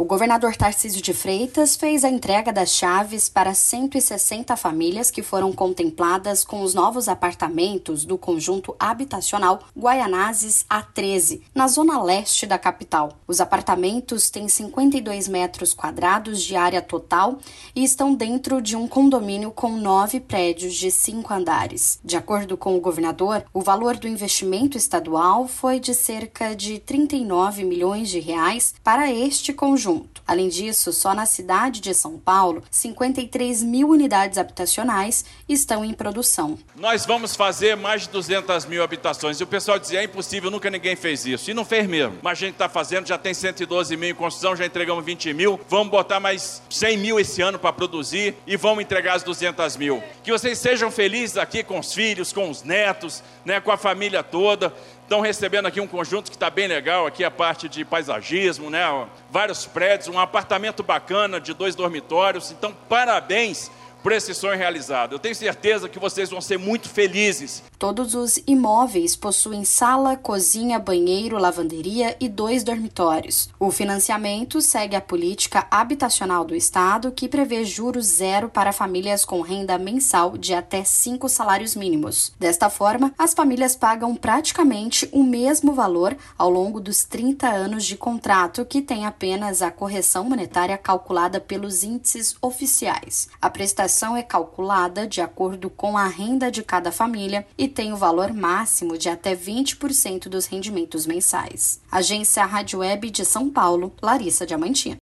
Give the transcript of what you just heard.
O governador Tarcísio de Freitas fez a entrega das chaves para 160 famílias que foram contempladas com os novos apartamentos do conjunto habitacional Guaianazes A13, na zona leste da capital. Os apartamentos têm 52 metros quadrados de área total e estão dentro de um condomínio com 9 prédios de 5 andares. De acordo com o governador, o valor do investimento estadual foi de cerca de 39 milhões de reais para este conjunto. Além disso, só na cidade de São Paulo, 53 mil unidades habitacionais estão em produção. Nós vamos fazer mais de 200 mil habitações. E o pessoal dizia, é impossível, nunca ninguém fez isso. E não fez mesmo. Mas a gente está fazendo, já tem 112 mil em construção, já entregamos 20 mil. Vamos botar mais 100 mil esse ano para produzir e vamos entregar as 200 mil. Que vocês sejam felizes aqui com os filhos, com os netos, né, com a família toda. Estão recebendo aqui um conjunto que está bem legal, aqui a parte de paisagismo, né? Vários prédios, um apartamento bacana de 2 dormitórios. Então, parabéns por esse sonho realizado. Eu tenho certeza que vocês vão ser muito felizes. Todos os imóveis possuem sala, cozinha, banheiro, lavanderia e 2 dormitórios. O financiamento segue a política habitacional do Estado, que prevê juros zero para famílias com renda mensal de até 5 salários mínimos. Desta forma, as famílias pagam praticamente o mesmo valor ao longo dos 30 anos de contrato, que tem apenas a correção monetária calculada pelos índices oficiais. A prestação é calculada de acordo com a renda de cada família e tem o valor máximo de até 20% dos rendimentos mensais. Agência Rádio Web de São Paulo, Larissa Diamantina.